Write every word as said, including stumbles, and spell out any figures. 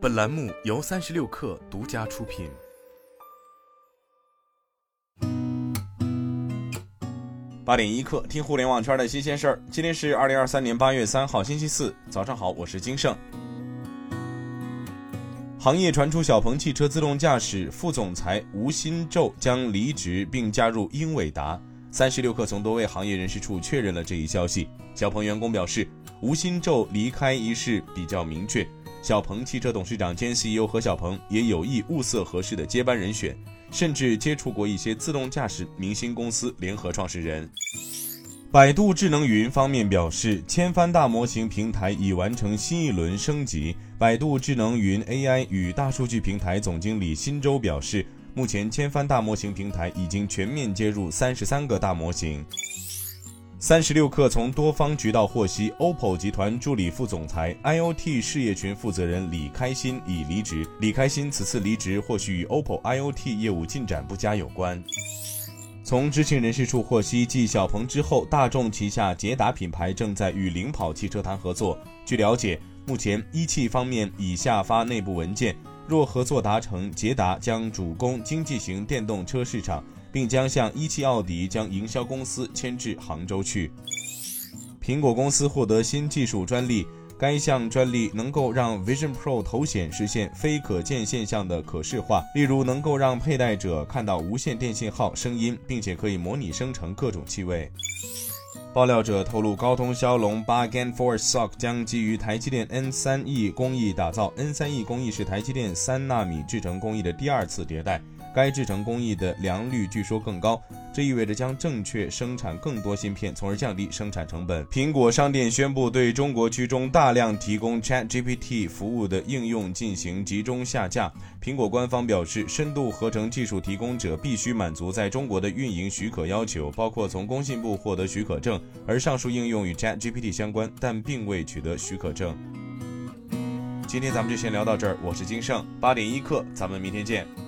本栏目由三十六氪独家出品。八点一刻，听互联网圈的新鲜事儿。今天是二零二三年八月三号，星期四，早上好，我是金盛。行业传出小鹏汽车自动驾驶副总裁吴新宙将离职并加入英伟达。三十六氪从多位行业人士处确认了这一消息。小鹏员工表示，吴新宙离开一事比较明确，小鹏汽车董事长兼 C E O 何小鹏也有意物色合适的接班人选，甚至接触过一些自动驾驶明星公司联合创始人。百度智能云方面表示，千帆大模型平台已完成新一轮升级。百度智能云 A I 与大数据平台总经理辛周表示，目前千帆大模型平台已经全面接入三十三个大模型。三十六氪从多方渠道获悉 O P P O 集团助理副总裁 I O T 事业群负责人李开心已离职。李开心此次离职或许与 O P P O I O T 业务进展不佳有关。从知情人士处获悉，继小鹏之后，大众旗下捷达品牌正在与领跑汽车谈合作。据了解，目前一汽方面已下发内部文件，若合作达成，捷达将主攻经济型电动车市场，并将向一汽奥迪将营销公司迁至杭州去。苹果公司获得新技术专利，该项专利能够让 Vision Pro 头显实现非可见现象的可视化，例如能够让佩戴者看到无线电信号、声音，并且可以模拟生成各种气味。爆料者透露，高通骁龙八 Gen 四 S O C 将基于台积电 N 三 E 工艺打造。 N 三 E 工艺是台积电三纳米制程工艺的第二次迭代，该制程工艺的良率据说更高，这意味着将正确生产更多芯片，从而降低生产成本。苹果商店宣布对中国区中大量提供 ChatGPT 服务的应用进行集中下架。苹果官方表示，深度合成技术提供者必须满足在中国的运营许可要求，包括从工信部获得许可证，而上述应用与 ChatGPT 相关，但并未取得许可证。今天咱们就先聊到这儿，我是金盛，八点一刻，咱们明天见。